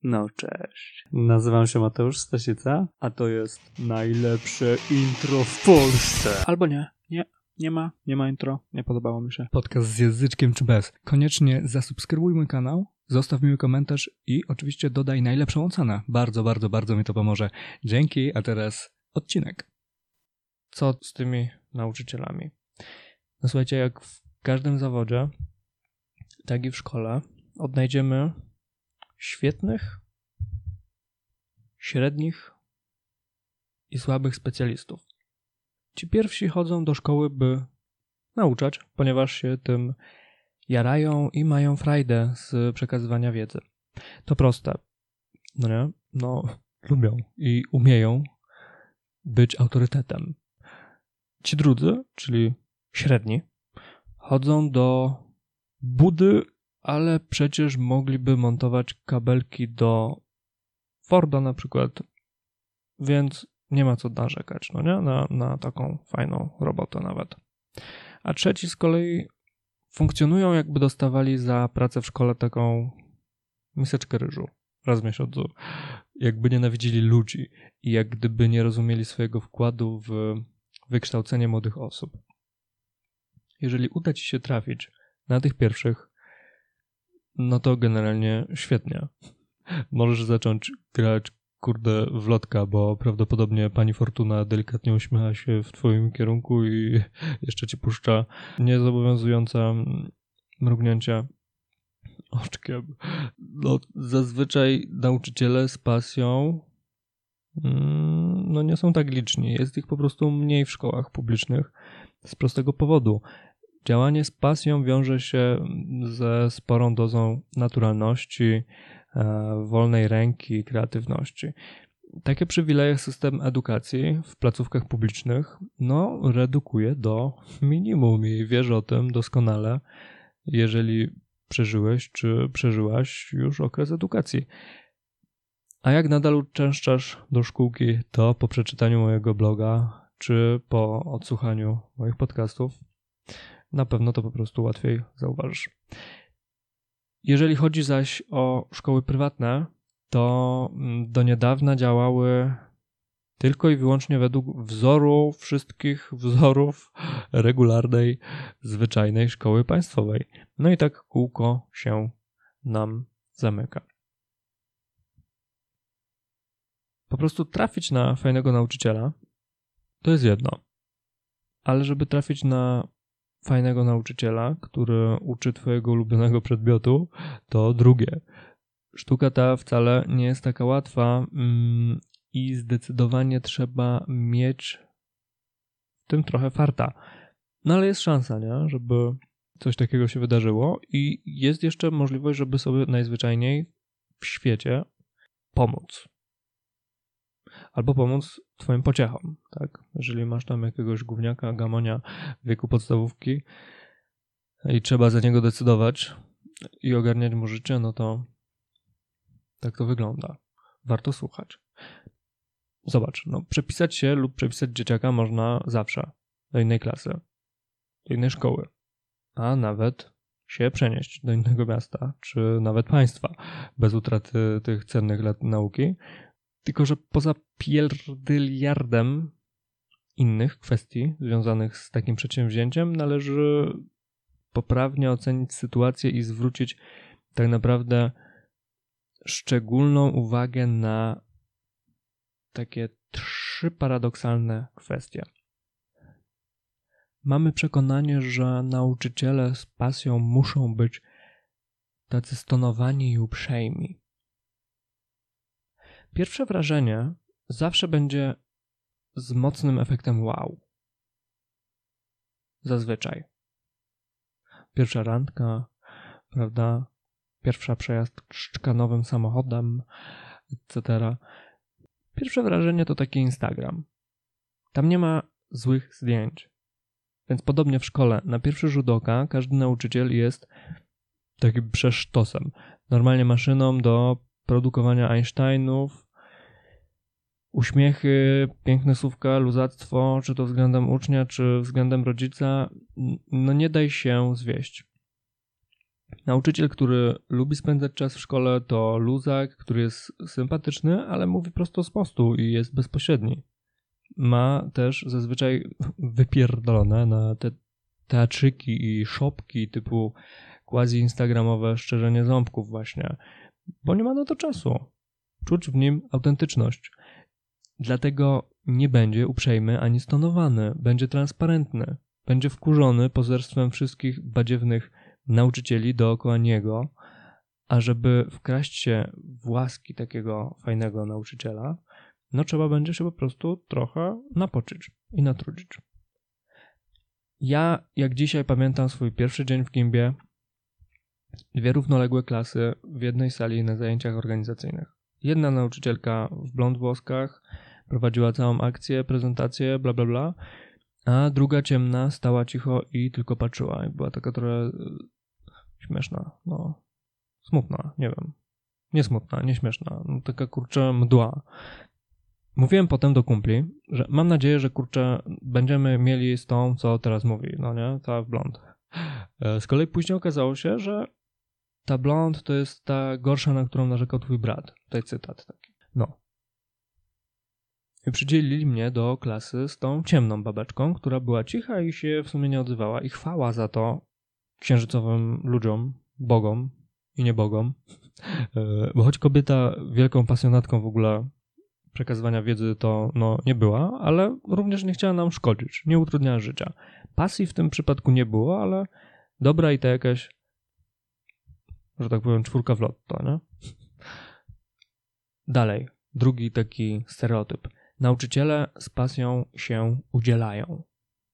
No cześć. Nazywam się Mateusz Stasica, a to jest najlepsze intro w Polsce. Albo nie. Nie ma intro. Nie podobało mi się. Podcast z języczkiem czy bez. Koniecznie zasubskrybuj mój kanał, zostaw miły komentarz i oczywiście dodaj najlepszą ocenę. Bardzo, bardzo, bardzo mi to pomoże. Dzięki, a teraz odcinek. Co z tymi nauczycielami? No słuchajcie, jak w każdym zawodzie, tak i w szkole, odnajdziemy świetnych, średnich i słabych specjalistów. Ci pierwsi chodzą do szkoły, by nauczać, ponieważ się tym jarają i mają frajdę z przekazywania wiedzy. To proste, no nie? No, lubią i umieją być autorytetem. Ci drudzy, czyli średni, chodzą do budy, ale przecież mogliby montować kabelki do Forda na przykład, więc nie ma co narzekać, no nie? Na taką fajną robotę nawet. A trzeci z kolei funkcjonują, jakby dostawali za pracę w szkole taką miseczkę ryżu raz w miesiącu. Jakby nienawidzili ludzi i jak gdyby nie rozumieli swojego wkładu w wykształcenie młodych osób. Jeżeli uda ci się trafić na tych pierwszych, no to generalnie świetnie. Możesz zacząć grać, w lotka, bo prawdopodobnie pani Fortuna delikatnie uśmiecha się w twoim kierunku i jeszcze ci puszcza niezobowiązujące mrugnięcie oczkiem. No, zazwyczaj nauczyciele z pasją no nie są tak liczni. Jest ich po prostu mniej w szkołach publicznych z prostego powodu. Działanie z pasją wiąże się ze sporą dozą naturalności, wolnej ręki, kreatywności. Takie przywileje system edukacji w placówkach publicznych redukuje do minimum i wiesz o tym doskonale, jeżeli przeżyłeś czy przeżyłaś już okres edukacji. A jak nadal uczęszczasz do szkółki, to po przeczytaniu mojego bloga czy po odsłuchaniu moich podcastów na pewno to po prostu łatwiej zauważysz. Jeżeli chodzi zaś o szkoły prywatne, to do niedawna działały tylko i wyłącznie według wzoru wszystkich wzorów regularnej, zwyczajnej szkoły państwowej. No i tak kółko się nam zamyka. Po prostu trafić na fajnego nauczyciela to jest jedno, ale żeby trafić na fajnego nauczyciela, który uczy twojego ulubionego przedmiotu, to drugie. Sztuka ta wcale nie jest taka łatwa i zdecydowanie trzeba mieć w tym trochę farta. No ale jest szansa, nie? Żeby coś takiego się wydarzyło i jest jeszcze możliwość, żeby sobie najzwyczajniej w świecie pomóc. Albo pomóc twoim pociechom, tak? Jeżeli masz tam jakiegoś gówniaka, gamonia w wieku podstawówki i trzeba za niego decydować i ogarniać mu życie, no to tak to wygląda. Warto słuchać. Zobacz, przepisać się lub przepisać dzieciaka można zawsze do innej klasy, do innej szkoły, a nawet się przenieść do innego miasta, czy nawet państwa, bez utraty tych cennych lat nauki. Tylko że poza pierdyliardem innych kwestii związanych z takim przedsięwzięciem należy poprawnie ocenić sytuację i zwrócić tak naprawdę szczególną uwagę na takie 3 paradoksalne kwestie. Mamy przekonanie, że nauczyciele z pasją muszą być tacy stonowani i uprzejmi. Pierwsze wrażenie zawsze będzie z mocnym efektem wow. Zazwyczaj. Pierwsza randka, prawda? Pierwsza przejażdżka nowym samochodem, etc. Pierwsze wrażenie to taki Instagram. Tam nie ma złych zdjęć. Więc podobnie w szkole, na pierwszy rzut oka każdy nauczyciel jest takim przesztosem. Normalnie maszyną do produkowania Einsteinów, uśmiechy, piękne słówka, luzactwo, czy to względem ucznia, czy względem rodzica, nie daj się zwieść. Nauczyciel, który lubi spędzać czas w szkole, to luzak, który jest sympatyczny, ale mówi prosto z mostu i jest bezpośredni. Ma też zazwyczaj wypierdolone na te teatrzyki i szopki typu quasi-instagramowe szczerzenie ząbków właśnie, bo nie ma na to czasu. Czuć w nim autentyczność. Dlatego nie będzie uprzejmy ani stonowany, będzie transparentny, będzie wkurzony pozerstwem wszystkich badziewnych nauczycieli dookoła niego, a żeby wkraść się w łaski takiego fajnego nauczyciela, no trzeba będzie się po prostu trochę napoczyć i natrudzić. Ja, jak dzisiaj pamiętam swój pierwszy dzień w Gimbie, 2 równoległe klasy w jednej sali na zajęciach organizacyjnych. Jedna nauczycielka w blond włoskach prowadziła całą akcję, prezentację, bla bla bla, a druga ciemna stała cicho i tylko patrzyła. I była taka trochę śmieszna, no smutna, nie wiem. Nie smutna, nie śmieszna, no, taka kurczę mdła. Mówiłem potem do kumpli, że mam nadzieję, że kurczę będziemy mieli z tą, co teraz mówi, no nie, ta w blond. Z kolei później okazało się, że ta blond to jest ta gorsza, na którą narzekał twój brat. Tutaj cytat taki. No. I przydzielili mnie do klasy z tą ciemną babeczką, która była cicha i się w sumie nie odzywała. I chwała za to księżycowym ludziom, bogom i niebogom. Bo choć kobieta wielką pasjonatką w ogóle przekazywania wiedzy to nie była, ale również nie chciała nam szkodzić, nie utrudniała życia. Pasji w tym przypadku nie było, ale dobra i to jakaś, że tak powiem, 4 w lotto, nie? Dalej, drugi taki stereotyp. Nauczyciele z pasją się udzielają.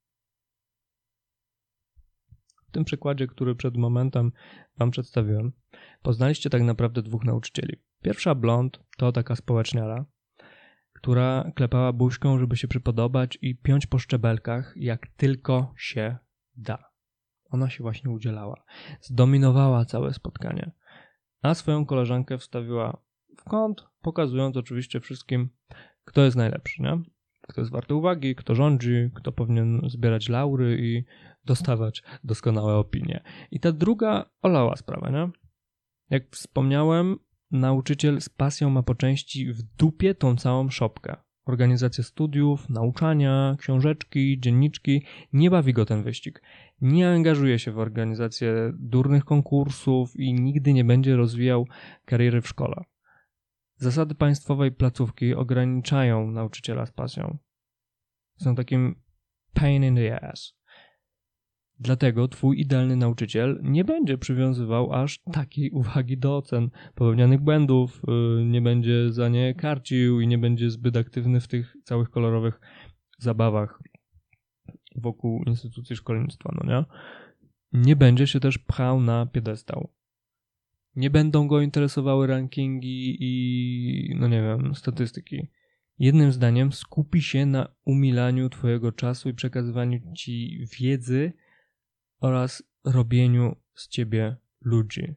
W tym przykładzie, który przed momentem wam przedstawiłem, poznaliście tak naprawdę 2 nauczycieli. Pierwsza blond to taka społeczniara, która klepała buźką, żeby się przypodobać i piąć po szczebelkach, jak tylko się da. Ona się właśnie udzielała. Zdominowała całe spotkanie. A swoją koleżankę wstawiła w kąt, pokazując oczywiście wszystkim, kto jest najlepszy, nie? Kto jest warty uwagi, kto rządzi, kto powinien zbierać laury i dostawać doskonałe opinie. I ta druga olała sprawę, nie? Jak wspomniałem, nauczyciel z pasją ma po części w dupie tą całą szopkę. Organizacja studiów, nauczania, książeczki, dzienniczki. Nie bawi go ten wyścig. Nie angażuje się w organizację durnych konkursów i nigdy nie będzie rozwijał kariery w szkole. Zasady państwowej placówki ograniczają nauczyciela z pasją. Są takim pain in the ass. Dlatego twój idealny nauczyciel nie będzie przywiązywał aż takiej uwagi do ocen popełnianych błędów, nie będzie za nie karcił i nie będzie zbyt aktywny w tych całych kolorowych zabawach wokół instytucji szkolnictwa, no nie? Nie będzie się też pchał na piedestał. Nie będą go interesowały rankingi i, statystyki. Jednym zdaniem skupi się na umilaniu twojego czasu i przekazywaniu ci wiedzy oraz robieniu z ciebie ludzi.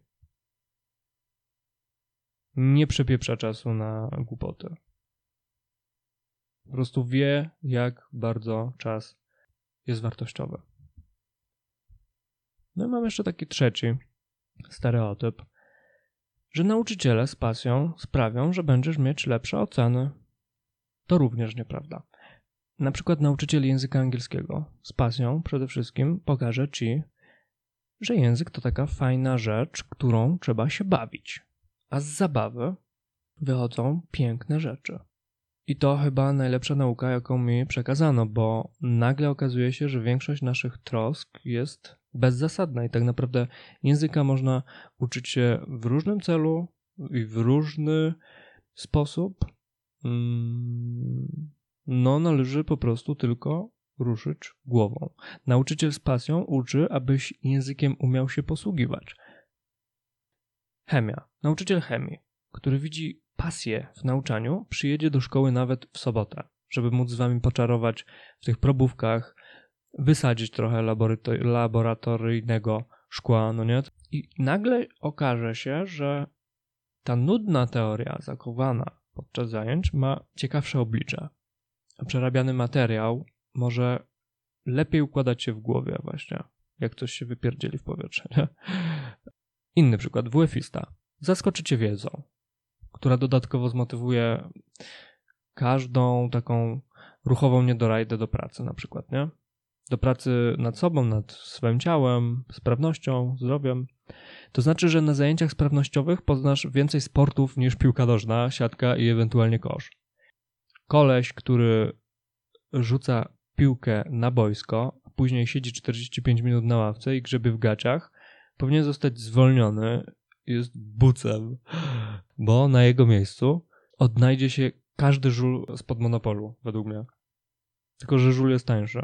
Nie przepieprza czasu na głupoty. Po prostu wie, jak bardzo czas jest wartościowy. No i mam jeszcze taki trzeci stereotyp, że nauczyciele z pasją sprawią, że będziesz mieć lepsze oceny. To również nieprawda. Na przykład nauczyciel języka angielskiego z pasją przede wszystkim pokaże ci, że język to taka fajna rzecz, którą trzeba się bawić. A z zabawy wychodzą piękne rzeczy. I to chyba najlepsza nauka, jaką mi przekazano, bo nagle okazuje się, że większość naszych trosk jest bezzasadna i tak naprawdę języka można uczyć się w różnym celu i w różny sposób. Należy po prostu tylko ruszyć głową. Nauczyciel z pasją uczy, abyś językiem umiał się posługiwać. Chemia. Nauczyciel chemii, który widzi pasję w nauczaniu, przyjedzie do szkoły nawet w sobotę, żeby móc z wami poczarować w tych probówkach, wysadzić trochę laboratoryjnego szkła, no nie? I nagle okaże się, że ta nudna teoria zachowana podczas zajęć ma ciekawsze oblicze. Przerabiany materiał może lepiej układać się w głowie właśnie, jak coś się wypierdzieli w powietrze, nie? Inny przykład, WF-ista. Zaskoczy cię wiedzą, która dodatkowo zmotywuje każdą taką ruchową niedorajdę do pracy na przykład, nie? Do pracy nad sobą, nad swoim ciałem, sprawnością, zdrowiem. To znaczy, że na zajęciach sprawnościowych poznasz więcej sportów niż piłka nożna, siatka i ewentualnie kosz. Koleś, który rzuca piłkę na boisko, a później siedzi 45 minut na ławce i grzebie w gaciach, powinien zostać zwolniony, jest bucem, bo na jego miejscu odnajdzie się każdy żul spod monopolu, według mnie. Tylko że żul jest tańszy.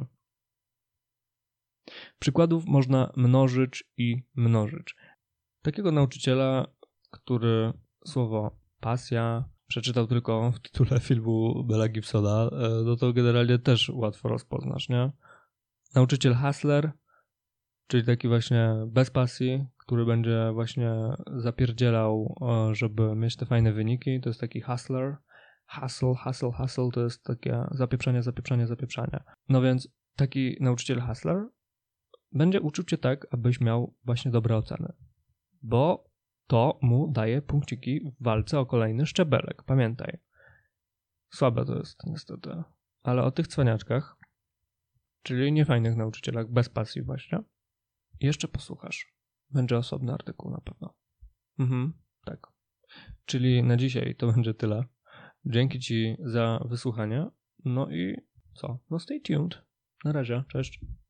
Przykładów można mnożyć i mnożyć. Takiego nauczyciela, który słowo pasja przeczytał tylko w tytule filmu Mela Gibsona, no to generalnie też łatwo rozpoznasz, nie? Nauczyciel hustler, czyli taki właśnie bez pasji, który będzie właśnie zapierdzielał, żeby mieć te fajne wyniki, to jest taki hustler. Hustle to jest takie zapieprzanie. No więc taki nauczyciel hustler będzie uczył cię tak, abyś miał właśnie dobre oceny, bo to mu daje punkciki w walce o kolejny szczebelek, pamiętaj. Słabe to jest niestety, ale o tych cwaniaczkach, czyli niefajnych nauczycielach bez pasji właśnie, jeszcze posłuchasz. Będzie osobny artykuł na pewno. Tak. Czyli na dzisiaj to będzie tyle. Dzięki ci za wysłuchanie. No i co? No stay tuned. Na razie. Cześć.